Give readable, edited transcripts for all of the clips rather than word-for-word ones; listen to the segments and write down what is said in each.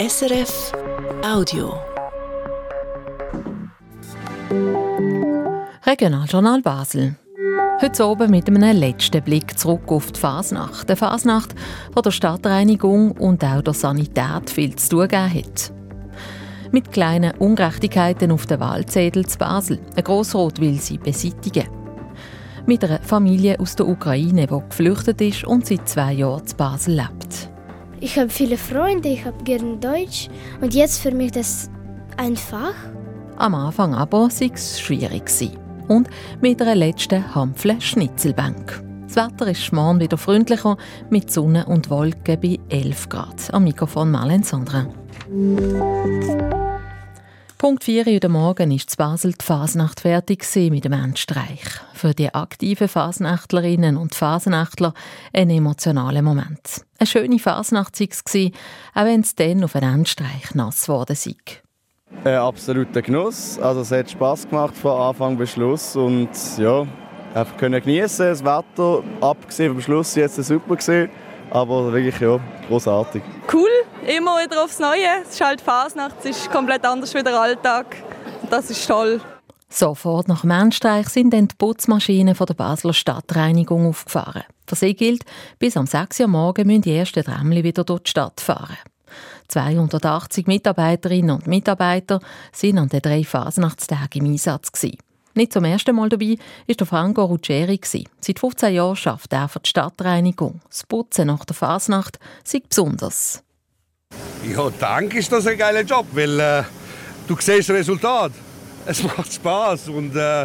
SRF Audio. Regionaljournal Basel. Heute oben mit einem letzten Blick zurück auf die Fasnacht. Eine Fasnacht, die der Stadtreinigung und auch der Sanität viel zu tun gegeben hat. Mit kleinen Ungerechtigkeiten auf den Wahlzettel zu Basel. Ein Grossrot will sie beseitigen. Mit einer Familie aus der Ukraine, die geflüchtet ist und seit 2 Jahren zu Basel lebt. Ich habe viele Freunde, ich habe gerne Deutsch und jetzt für mich das einfach. Am Anfang aber war es schwierig. Und mit einer letzten Hampfle Schnitzelbank. Das Wetter ist morgen wieder freundlicher, mit Sonne und Wolken bei 11 Grad. Am Mikrofon Marlene Sandra. Punkt 4 Uhr Morgen ist in Basel die Fasnacht fertig mit dem Endstreich. Für die aktiven Fasnachtlerinnen und Fasnachtler ein emotionaler Moment. Eine schöne Fasnacht war es, auch wenn es dann auf einen Endstreich nass geworden ist. Ein absoluter Genuss. Also es hat Spass gemacht von Anfang bis Schluss. Und ja, einfach geniessen. Das Wetter, abgesehen vom Schluss, jetzt super gewesen. Aber wirklich, ja, grossartig. Cool, immer wieder aufs Neue. Es ist halt Fasnacht, es ist komplett anders wie der Alltag. Das ist toll. Sofort nach dem Endstreich sind dann die Putzmaschinen von der Basler Stadtreinigung aufgefahren. Für sie gilt, bis am 6 Uhr morgen müssen die ersten Tramli wieder durch die Stadt fahren. 280 Mitarbeiterinnen und Mitarbeiter waren an den 3 Fasnachtstagen im Einsatz. Nicht zum ersten Mal dabei war der Franco Ruggeri. Seit 15 Jahren arbeitet er für die Stadtreinigung. Das Putzen nach der Fasnacht sei besonders. Ja, danke, ist das ein geiler Job, weil du siehst das Resultat. Es macht Spass und das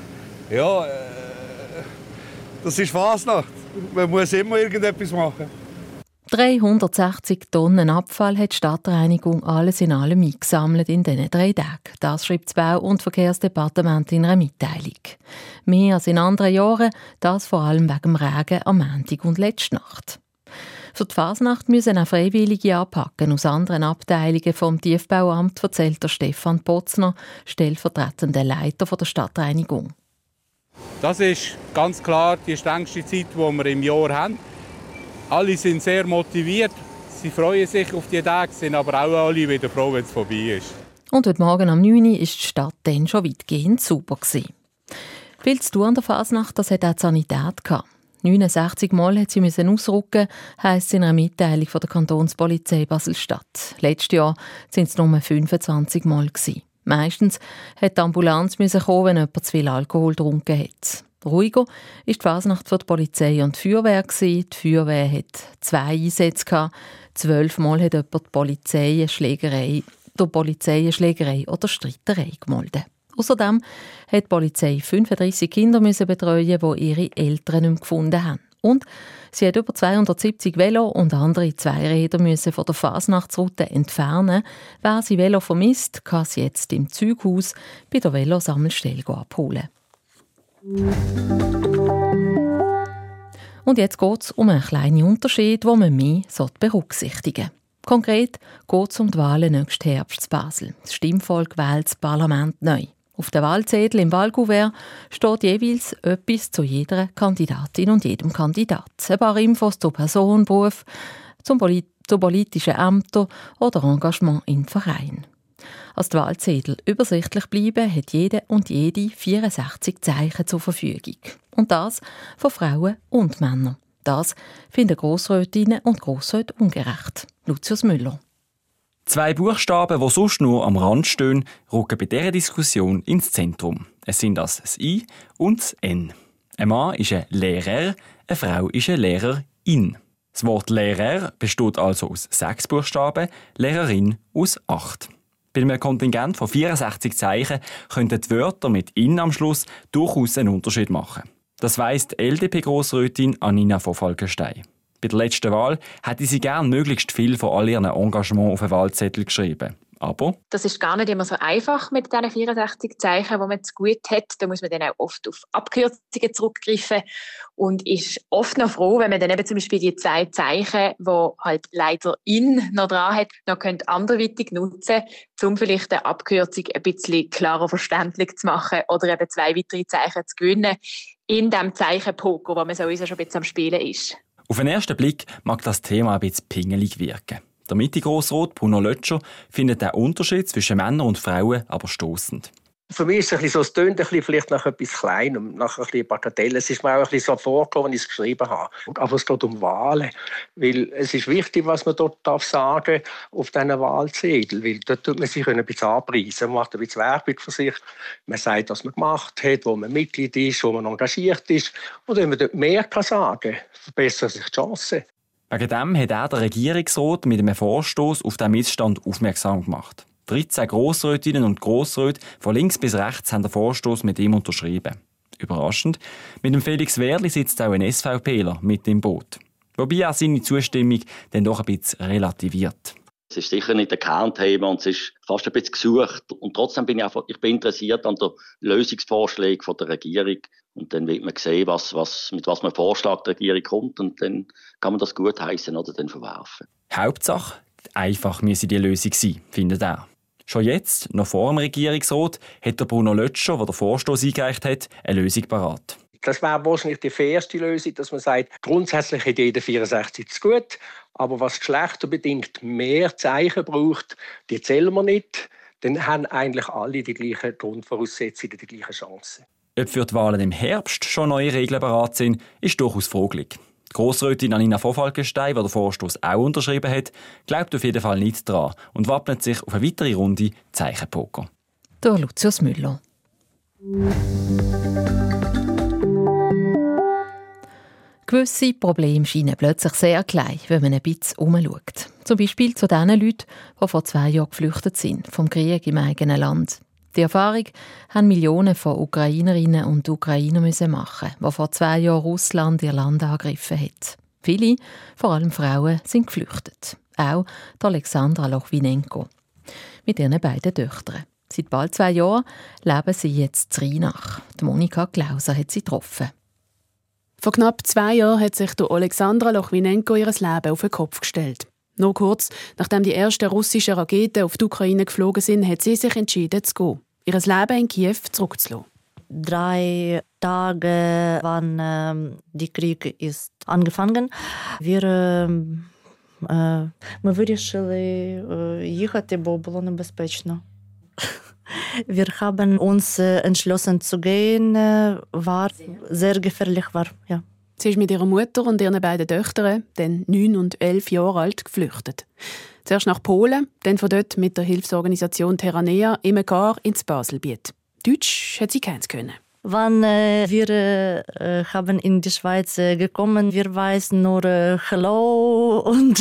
ist Fasnacht. Man muss immer irgendetwas machen. 360 Tonnen Abfall hat die Stadtreinigung alles in allem eingesammelt in diesen 3 Tagen. Das schreibt das Bau- und Verkehrsdepartement in einer Mitteilung. Mehr als in anderen Jahren, das vor allem wegen dem Regen am Montag und letzte Nacht. Für die Fasnacht müssen auch Freiwillige anpacken. Aus anderen Abteilungen vom Tiefbauamt erzählt der Stefan Potzner, stellvertretender Leiter der Stadtreinigung. Das ist ganz klar die strengste Zeit, die wir im Jahr haben. Alle sind sehr motiviert, sie freuen sich auf die Tage, sind aber auch alle wieder froh, wenn es vorbei ist. Und heute Morgen um 9 Uhr war die Stadt dann schon weitgehend sauber. Viel zu tun an der Fasnacht, das hat auch die Sanität gehabt. 69 Mal hat sie ausrücken, heisst es in einer Mitteilung von der Kantonspolizei Basel-Stadt. Letztes Jahr waren es nur 25 Mal. Meistens musste die Ambulanz kommen, wenn jemand zu viel Alkohol getrunken hat. Ruhiger war die Fasnacht für die Polizei und die Feuerwehr. Die Feuerwehr hatte 2 Einsätze. 12 Mal hat jemand die Polizei eine Schlägerei oder Streiterei gemeldet. Außerdem hat die Polizei 35 Kinder betreuen, die ihre Eltern nicht mehr gefunden haben. Und sie hat über 270 Velo und andere Zweiräder von der Fasnachtsroute entfernen. Wer sie Velo vermisst, kann sie jetzt im Zeughaus bei der Velosammelstelle abholen. Und jetzt geht es um einen kleinen Unterschied, den man mehr berücksichtigen sollte. Konkret geht es um die Wahlen nächsten Herbst in Basel. Das Stimmvolk wählt das Parlament neu. Auf dem Wahlzettel im Wahlkuvert steht jeweils etwas zu jeder Kandidatin und jedem Kandidat. Ein paar Infos zur Person, Beruf, zu politischen Ämtern oder Engagement im Verein. Als die Wahlzettel übersichtlich bleiben, hat jede und jede 64 Zeichen zur Verfügung. Und das von Frauen und Männern. Das finden Grossrätinnen und Grossräte ungerecht. Lucius Müller. 2 Buchstaben, die sonst nur am Rand stehen, rücken bei dieser Diskussion ins Zentrum. Es sind das I und das N. Ein Mann ist ein Lehrer, eine Frau ist eine Lehrerin. Das Wort Lehrer besteht also aus 6 Buchstaben, Lehrerin aus 8. Bei einem Kontingent von 64 Zeichen könnten die Wörter mit «in» am Schluss durchaus einen Unterschied machen. Das weiss die LDP-Grossrätin Anina von Falkenstein. Bei der letzten Wahl hätte sie gern möglichst viel von all ihren Engagements auf den Wahlzettel geschrieben. Aber das ist gar nicht immer so einfach mit diesen 64 Zeichen, die man zu gut hat. Da muss man dann auch oft auf Abkürzungen zurückgreifen und ist oft noch froh, wenn man dann eben zum Beispiel die 2 Zeichen, die halt leider «in» noch dran hat, noch anderweitig nutzen, um vielleicht eine Abkürzung ein bisschen klarer verständlich zu machen oder eben 2 weitere Zeichen zu gewinnen in dem Zeichenpoker, wo man sowieso schon ein bisschen am Spielen ist. Auf den ersten Blick mag das Thema ein bisschen pingelig wirken. Der Mitte-Grossrat Bruno Lötscher findet den Unterschied zwischen Männern und Frauen aber stossend. Für mich ist es ein bisschen so, es tönt ein bisschen vielleicht nach etwas Kleinem, nach ein bisschen Bagatelle. Es ist mir auch ein bisschen so vorgekommen, als ich es geschrieben habe. Aber es geht um Wahlen, weil es ist wichtig, was man dort sagen darf auf diesen Wahlzettel, weil dort tut man sich ein bisschen anpreisen. Man macht ein bisschen Werbung für sich. Man sagt, was man gemacht hat, wo man Mitglied ist, wo man engagiert ist. Und wenn man dort mehr sagen kann, verbessern sich die Chancen. Wegen dem hat auch der Regierungsrat mit einem Vorstoss auf diesen Missstand aufmerksam gemacht. 13 Grossrätinnen und Grossräte von links bis rechts haben den Vorstoss mit ihm unterschrieben. Überraschend, mit dem Felix Werli sitzt auch ein SVPler mit im Boot. Wobei er seine Zustimmung dann doch ein bisschen relativiert. Es ist sicher nicht ein Kernthema und es ist fast ein bisschen gesucht. Und trotzdem bin ich bin interessiert an den Lösungsvorschlägen der Regierung. Und dann wird man sehen, mit was man vorschlägt, die Regierung kommt. Und dann kann man das gutheissen oder dann verwerfen. Hauptsache, einfach müsse die Lösung sein, findet er. Schon jetzt, noch vor dem Regierungsrat, hat der Bruno Lötscher, der den Vorstoss eingereicht hat, eine Lösung parat. Das wäre wahrscheinlich die fairste Lösung, dass man sagt, grundsätzlich hat jeder 64 zu gut, aber was geschlechterbedingt mehr Zeichen braucht, die zählen wir nicht. Dann haben eigentlich alle die gleichen Grundvoraussetzungen, die gleichen Chancen. Ob für die Wahlen im Herbst schon neue Regeln parat sind, ist durchaus fraglich. Die Grossrätin Anina von Falkenstein, die den Vorstoss auch unterschrieben hat, glaubt auf jeden Fall nicht daran und wappnet sich auf eine weitere Runde Zeichenpoker. Der Lucius Müller. Gewisse Probleme scheinen plötzlich sehr klein, wenn man ein bisschen umschaut. Zum Beispiel zu den Leuten, die vor 2 Jahren geflüchtet sind, vom Krieg im eigenen Land. Die Erfahrung haben Millionen von Ukrainerinnen und Ukrainer machen, die vor 2 Jahren Russland ihr Land angegriffen hat. Viele, vor allem Frauen, sind geflüchtet. Auch die Alexandra Lochwinenko. Mit ihren beiden Töchtern. Seit bald 2 Jahren leben sie jetzt in Rheinach. Die Monika Glauser hat sie getroffen. Vor knapp 2 Jahren hat sich Alexandra Lochwinenko ihr Leben auf den Kopf gestellt. Nur kurz, nachdem die ersten russischen Raketen auf die Ukraine geflogen sind, hat sie sich entschieden zu gehen. Ihr Leben in Kiew zurückzulassen. 3 Tage, wann der Krieg ist angefangen. Мы вирішили їхати, бо було небезпечно. Wir haben uns entschlossen zu gehen, war sehr gefährlich war, ja. Sie ist mit ihrer Mutter und ihren beiden Töchtern, dann 9 und 11 Jahre alt, geflüchtet. Zuerst nach Polen, dann von dort mit der Hilfsorganisation Terranea im Gar ins Baselbiet. Deutsch hat sie keins können. Wann wir haben in die Schweiz gekommen, wir weiß nur Hello und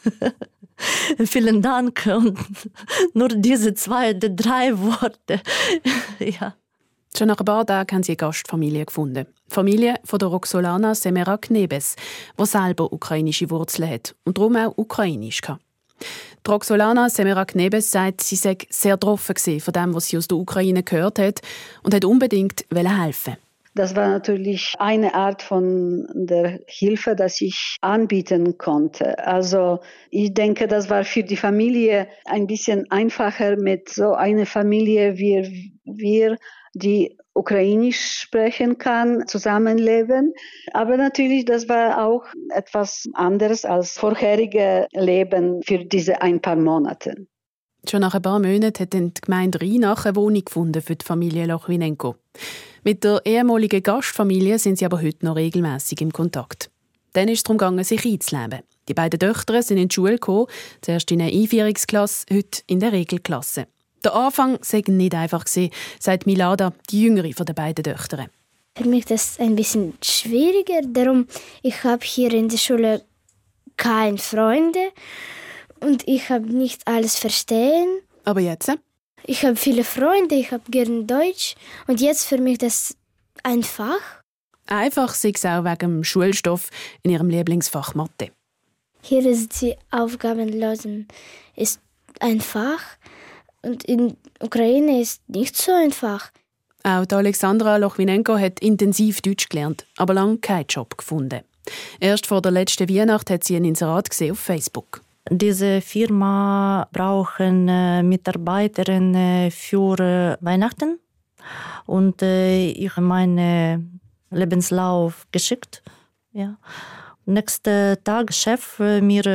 vielen Dank und nur diese 2, 3 Worte. Ja. Schon nach ein paar Tagen haben sie eine Gastfamilie gefunden. Die Familie von der Roxolana Semerak-Nebes, die selber ukrainische Wurzeln hat und darum auch ukrainisch kann. Die Roxolana Semerak-Nebes sagt, sie sei sehr betroffen von dem, was sie aus der Ukraine gehört hat und hat unbedingt helfen. Das war natürlich eine Art von der Hilfe, das ich anbieten konnte. Also ich denke, das war für die Familie ein bisschen einfacher mit so einer Familie, wie wir, die ukrainisch sprechen kann, zusammenleben. Aber natürlich, das war auch etwas anderes als vorherige Leben für diese ein paar Monate. Schon nach ein paar Monaten hat die Gemeinde Rheinach eine Wohnung gefunden für die Familie Lochwinenko. Mit der ehemaligen Gastfamilie sind sie aber heute noch regelmässig im Kontakt. Dann ist es darum gegangen, sich einzuleben. Die beiden Töchter sind in die Schule gekommen, zuerst in eine Einführungsklasse, heute in der Regelklasse. Der Anfang sei nicht einfach gewesen, sagt Milada, die jüngere von den beiden Töchtern. Für mich ist das ein bisschen schwieriger, darum ich habe hier in der Schule keine Freunde und ich habe nicht alles verstehen. Aber jetzt? Ich habe viele Freunde, ich habe gerne Deutsch und jetzt für mich das einfach. Einfach sei es auch wegen dem Schulstoff in ihrem Lieblingsfach Mathe. Hier ist die Aufgaben lösen ist einfach und in Ukraine ist nicht so einfach. Auch die Alexandra Lochwinenko hat intensiv Deutsch gelernt, aber lange keinen Job gefunden. Erst vor der letzten Weihnacht hat sie ein Inserat gesehen auf Facebook. Diese Firma brauchen Mitarbeiterinnen für Weihnachten und ich habe meinen Lebenslauf geschickt. Ja. Nächsten Tag Chef mir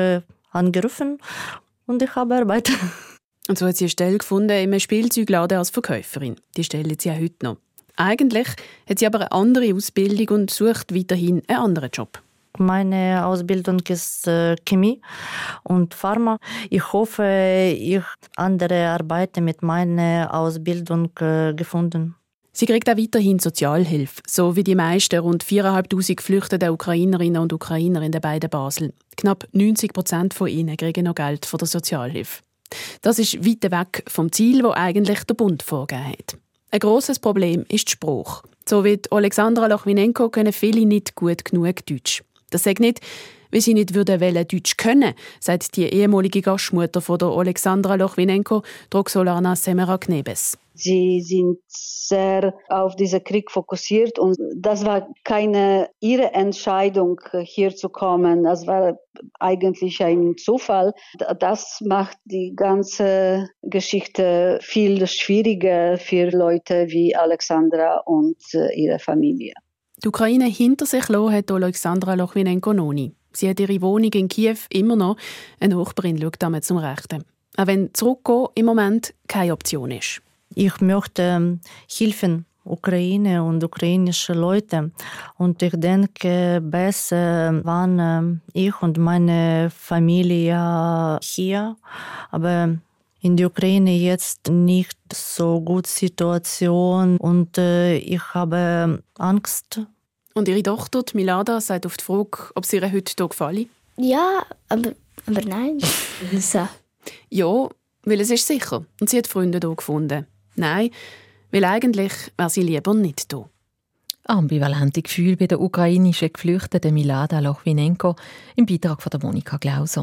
angerufen und ich habe Arbeit. Und so hat sie eine Stelle gefunden in einem Spielzeugladen als Verkäuferin. Die Stelle hat sie auch heute noch. Eigentlich hat sie aber eine andere Ausbildung und sucht weiterhin einen anderen Job. Meine Ausbildung ist Chemie und Pharma. Ich hoffe, ich andere Arbeiten mit meiner Ausbildung gefunden. Sie kriegt auch weiterhin Sozialhilfe, so wie die meisten rund 4'500 geflüchteten Ukrainerinnen und Ukrainer in den beiden Basel. Knapp 90% von ihnen kriegen noch Geld von der Sozialhilfe. Das ist weit weg vom Ziel, das eigentlich der Bund vorgegeben hat. Ein grosses Problem ist die Sprache. So wie Alexandra Lochwinenko können viele nicht gut genug Deutsch. Das sagt nicht, weil sie nicht Deutsch können wollen, sagt die ehemalige Gastmutter von der Alexandra Lochwinenko, Roxolana Semera-Knebes. Sie sind sehr auf diesen Krieg fokussiert und das war keine ihre Entscheidung, hier zu kommen. Das war eigentlich ein Zufall. Das macht die ganze Geschichte viel schwieriger für Leute wie Alexandra und ihre Familie. Die Ukraine hinter sich lassen hat Alexandra Lochwinenko noch nie. Sie hat ihre Wohnung in Kiew immer noch. Eine Nachbarin schaut damit zum Rechten. Auch wenn zurückgehen im Moment keine Option ist. Ich möchte helfen Ukraine und ukrainische Leute. Und ich denke, besser waren ich und meine Familie hier. Aber in der Ukraine jetzt nicht so gute Situation und ich habe Angst. Und ihre Tochter, Milada, sagt auf die Frage, ob sie ihr heute hier gefallen. Ja, aber nein. So. Ja, weil es ist sicher. Und sie hat Freunde hier gefunden. Nein, weil eigentlich wäre sie lieber nicht hier. Ambivalente Gefühle bei der ukrainischen Geflüchteten Milada Lochwinenko im Beitrag von der Monika Glauser.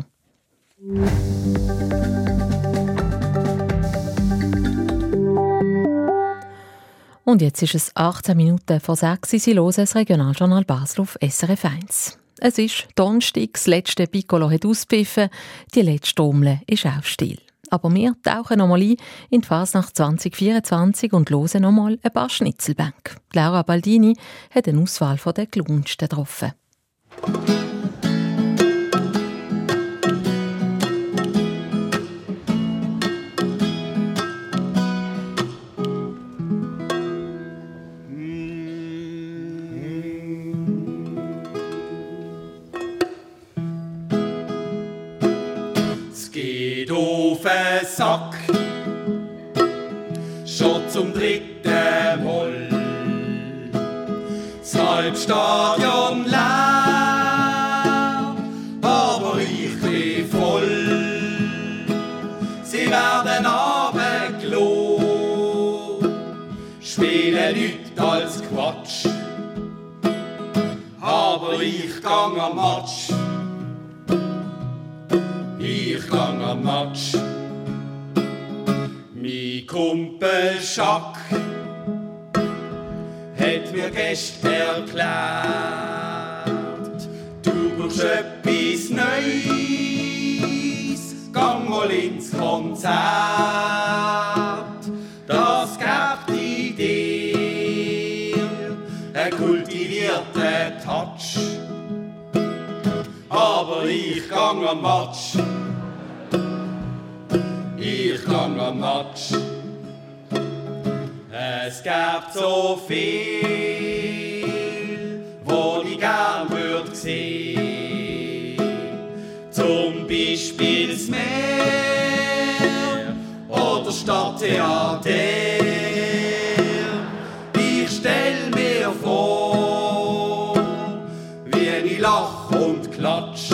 Und jetzt ist es 18 Minuten vor 6 Uhr. Sie hören das Regionaljournal Basel auf SRF 1. Es ist Donnerstag, das letzte Piccolo hat auspfiffen, die letzte Trommel ist auch still. Aber wir tauchen nochmal ein in die Fasnacht 2024 und hören nochmal ein paar Schnitzelbänke. Laura Baldini hat eine Auswahl von den Gelunsten getroffen. Sack, schon zum 3. Mal. Das Halbstadion leer, aber ich bin voll. Sie werden runtergelassen, spielen nichts als Quatsch, aber ich gang am Match. Ich gang am Match. Mein Kumpel Schack hat mir gestern erklärt, du brauchst etwas Neues, gang mal ins Konzert. Das gibt dir einen kultivierten Touch, aber ich gang am Match. Ich gang am Match. Es gibt so viel, wo ich gern würd sehen. Zum Beispiel das Meer oder Stadttheater. Ich stell mir vor, wie ich lach und klatsch.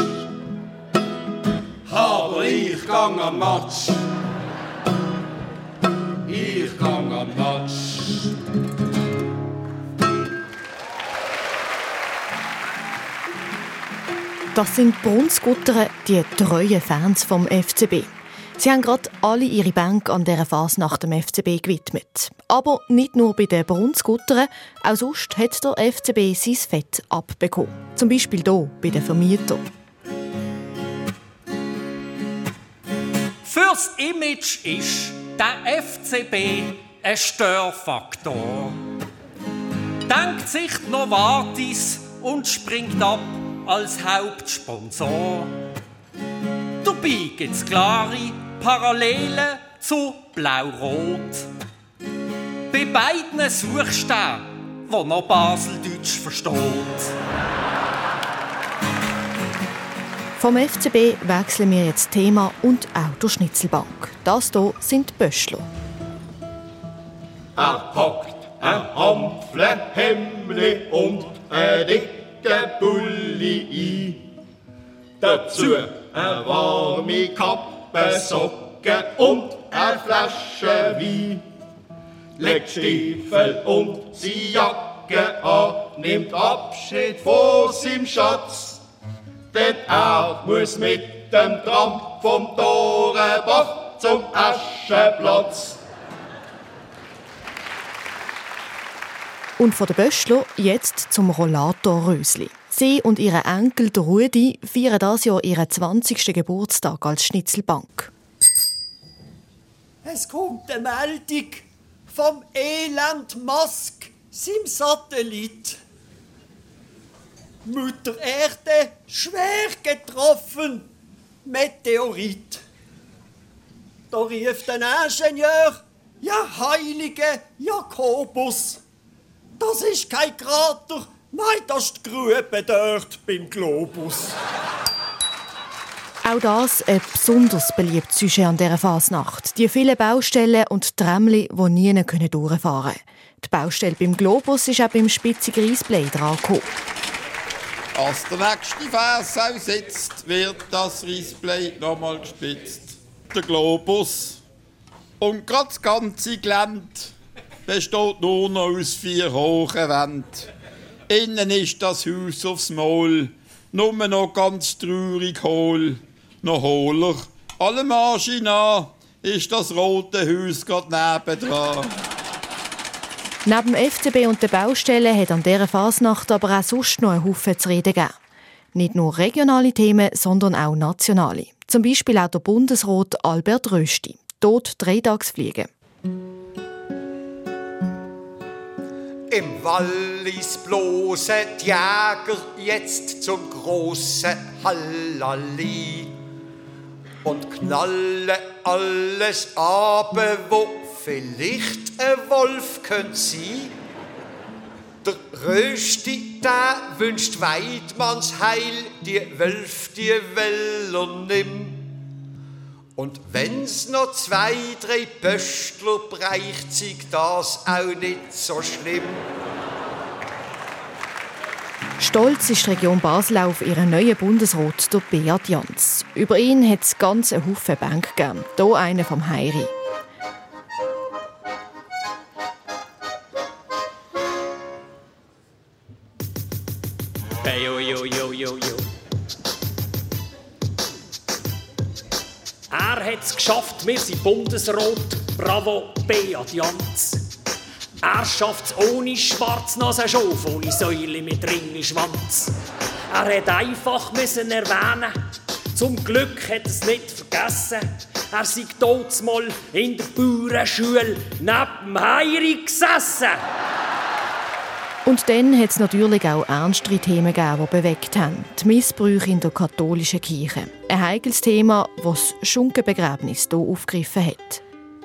Aber ich gang am Match. Ich gang am Match. Das sind Brunsgutter, die treuen Fans vom FCB. Sie haben gerade alle ihre Bänke an dieser Fasnacht dem FCB gewidmet. Aber nicht nur bei den Brunsguttern, auch sonst hat der FCB sein Fett abbekommen. Zum Beispiel hier bei den Vermietern. Fürs Image ist der FCB ein Störfaktor. Denkt sich Novartis und springt ab als Hauptsponsor. Dabei gibt's klare Parallelen zu Blau-Rot. Bei beiden suchst du den, der noch Baseldeutsch versteht. Vom FCB wechseln wir jetzt Thema und auch die Schnitzelbank. Das hier sind die Böschler. Er packt ein Hampfle-Hemli und ein dicke Bulli ein. Dazu eine warme Kappe, Socken und eine Flasche Wein. Legt Stiefel und seine Jacke an, nimmt Abschied von seinem Schatz. Denn er muss mit dem Tram vom Torenbach zum Aschenplatz. Und von den Böschler jetzt zum Rollator-Rösli. Sie und ihre Enkel Rudi feiern dieses Jahr ihren 20. Geburtstag als Schnitzelbank. Es kommt eine Meldung vom Elend Musk, seinem Satellit. Mutter Erde schwer getroffen, Meteorit. Da rief der Ingenieur, ja heilige Jakobus. Das ist kein Krater, nein, das ist die Grube dort beim Globus. Auch das ein besonders beliebtes Sujet an dieser Fasnacht. Die vielen Baustellen und Tramli, die nie durchfahren können. Die Baustelle beim Globus ist auch beim Spitziger Eisblei dran gekommen. Als der nächste Versau sitzt, wird das Reisblei nochmal gespitzt. Der Globus. Und gerade das ganze Gelände besteht nur noch aus 4 hohen Wänden. Innen ist das Haus aufs Maul, nur noch ganz traurig hohl. Noch hohler. Alle Marschen an ist das rote Haus gerade nebendran. Neben dem FCB und den Baustellen hat an dieser Fasnacht aber auch sonst noch einen Haufen zu reden gegeben. Nicht nur regionale Themen, sondern auch nationale. Zum Beispiel auch der Bundesrat Albert Rösti. Dort 3 Tagesfliegen. Im Wallis bloßen die Jäger jetzt zum grossen Hallali und knallen alles ab, wo vielleicht ein Wolf könnte sein. Der Rösti, der wünscht Weidmanns Heil, die Wölf, die Wälder nimm. Und wenn's noch 2, 3 Böschler bräucht, sich das auch nicht so schlimm. Stolz ist die Region Basel auf ihren neuen Bundesrat, der Beat Jans. Über ihn hat es ganz einen Haufen Bänke gegeben. Hier einer vom Heiri. Hey, yo, yo, yo, yo, yo. Er hat es geschafft, wir sind Bundesrat. Bravo, Beat Jans. Er schafft es ohne Schwarznasenschopf, ohne Säule mit Ringelschwanz. Er hat einfach müssen erwähnen. Zum Glück hat er es nicht vergessen. Er sei mal in der Bauernschule neben dem Heiri gesessen. Und dann hat es natürlich auch ernstere Themen gegeben, die bewegt haben. Die Missbrüche in der katholischen Kirche. Ein heikles Thema, das das Schunkenbegräbnis hier aufgegriffen hat.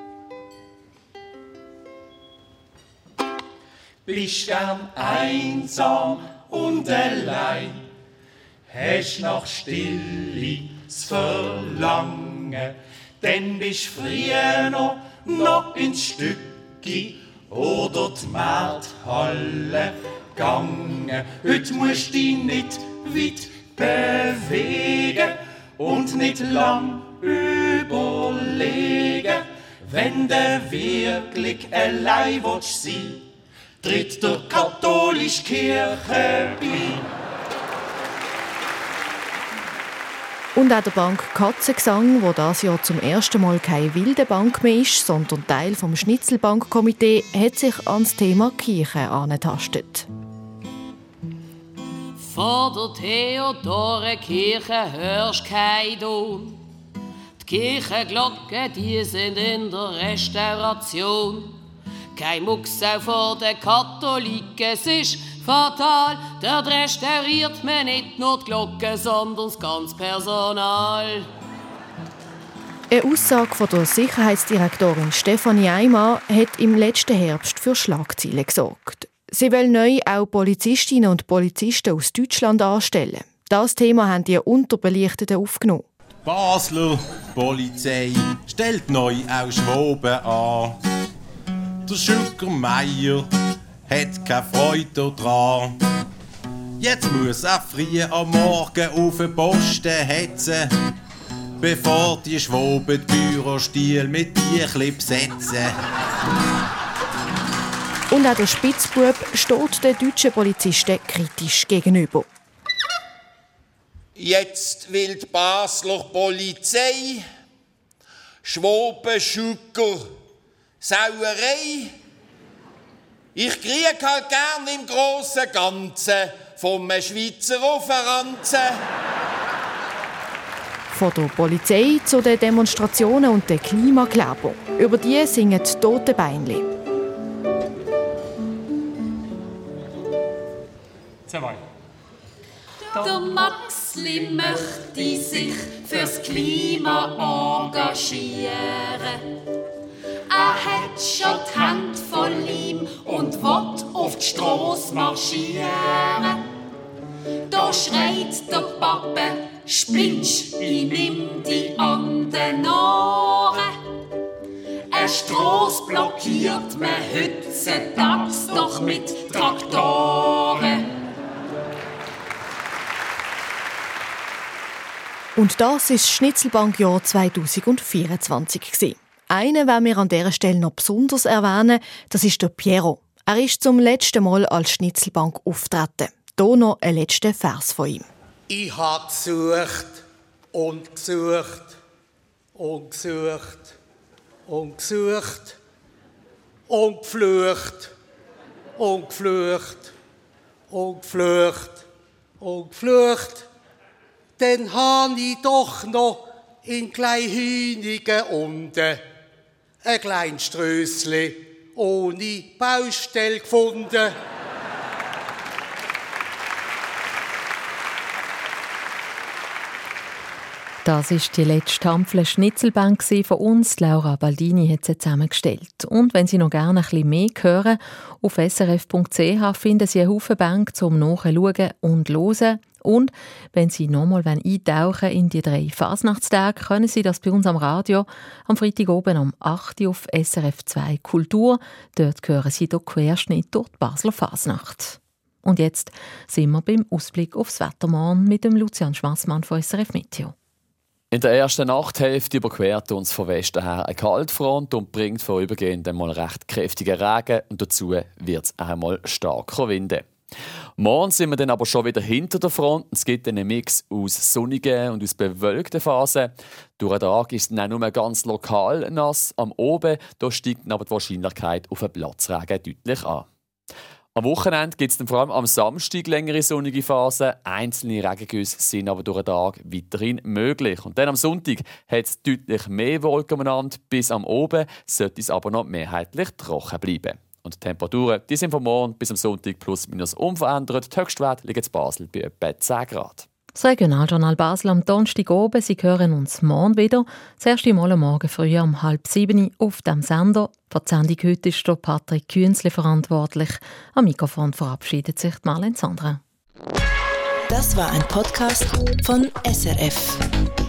Bist gern einsam und allein, hast nach Stille zu verlangen, denn bist früher noch ins Stücki oder die Markthalle gegangen. Heute musst du dich nicht weit bewegen und nicht lang überlegen. Wenn du wirklich allein willst sein, tritt der katholische Kirche bei. Und auch der Bank Katzengesang, wo das Jahr zum ersten Mal keine wilde Bank mehr ist, sondern Teil vom Schnitzelbankkomitee, hat sich ans Thema Kirche angetastet. Vor der Theodore-Kirche hörst kein Ton. Die Kirchenglocken, die sind in der Restauration. Kein Mucks auch vor den Katholiken, es ist fatal. Dort restauriert man nicht nur die Glocken, sondern das ganze Personal. Eine Aussage von der Sicherheitsdirektorin Stefanie Eimer hat im letzten Herbst für Schlagzeilen gesorgt. Sie will neu auch Polizistinnen und Polizisten aus Deutschland anstellen. Das Thema haben die Unterbelichteten aufgenommen. Die Basler Polizei stellt neu auch Schwaben an. Der Schückermeier hat keine Freude daran. Jetzt muss er früh am Morgen auf den Posten hetzen, bevor die Schwaben die Bürostil mit Tierchen besetzen. Und auch der Spitzbub steht den deutschen Polizisten kritisch gegenüber. Jetzt will die Basler Polizei Schwabenschücker Sauerei. Ich krieg halt gern im grossen Ganzen vom Schweizer auf Ranzen. Von der Polizei zu den Demonstrationen und den Klimakleber. Über die singen die Toten Beinli. Der Maxli möchte sich fürs Klima engagieren. Er hat schon die Hände voll Leim und will auf die Strasse marschieren. Da schreit der Pappe, spinnst, ich nimm die an den Ohren. Eine Strasse blockiert man heutzutage doch mit Traktoren. Und das war das Schnitzelbankjahr 2024. Einen wollen wir an dieser Stelle noch besonders erwähnen, das ist der Piero. Er ist zum letzten Mal als Schnitzelbank auftreten. Hier noch ein letzter Vers von ihm. Ich habe gesucht und gesucht und gesucht und gesucht und geflucht und geflucht und geflucht und geflucht. Dann habe ich doch noch in Kleinhünigen unten ein kleines Strössli ohne Baustelle gefunden. Das war die letzte Tampfle Schnitzelbank von uns. Laura Baldini hat sie zusammengestellt. Und wenn Sie noch gerne ein bisschen mehr hören, auf srf.ch finden Sie einen Haufen Bank zum Nachschauen und Hören. Und wenn Sie nochmal eintauchen in die 3 Fasnachtstage, können Sie das bei uns am Radio am Freitag oben um 8 Uhr auf SRF 2 Kultur. Dort hören Sie den Querschnitt durch die Basler Fasnacht. Und jetzt sind wir beim Ausblick aufs Wetter morgen mit dem Lucian Schwassmann von SRF Meteo. In der ersten Nachthälfte überquert uns von Westen her eine Kaltfront und bringt vorübergehend einmal recht kräftigen Regen und dazu wird es einmal starker Winde. Morgen sind wir dann aber schon wieder hinter der Front. Es gibt einen Mix aus sonnigen und aus bewölkten Phasen. Durch den Tag ist es dann auch nur ganz lokal nass. Am Oben da steigt aber die Wahrscheinlichkeit auf einen Platzregen deutlich an. Am Wochenende gibt es dann vor allem am Samstag längere sonnige Phasen. Einzelne Regengüsse sind aber durch den Tag weiterhin möglich. Und dann am Sonntag hat es deutlich mehr Wolken umeinander. Bis am Oben sollte es aber noch mehrheitlich trocken bleiben. Und die Temperaturen die sind von morgen bis am Sonntag plus minus unverändert. Die Höchstwerte liegen in Basel bei etwa 10 Grad. Das Regionaljournal Basel am Donnerstag oben. Sie hören uns morgen wieder. Das erste Mal am Morgen früh um 6:30 auf dem Sender. Für die Sendung heute ist der Patrick Künzli verantwortlich. Am Mikrofon verabschiedet sich Marlene Sandra. Das war ein Podcast von SRF.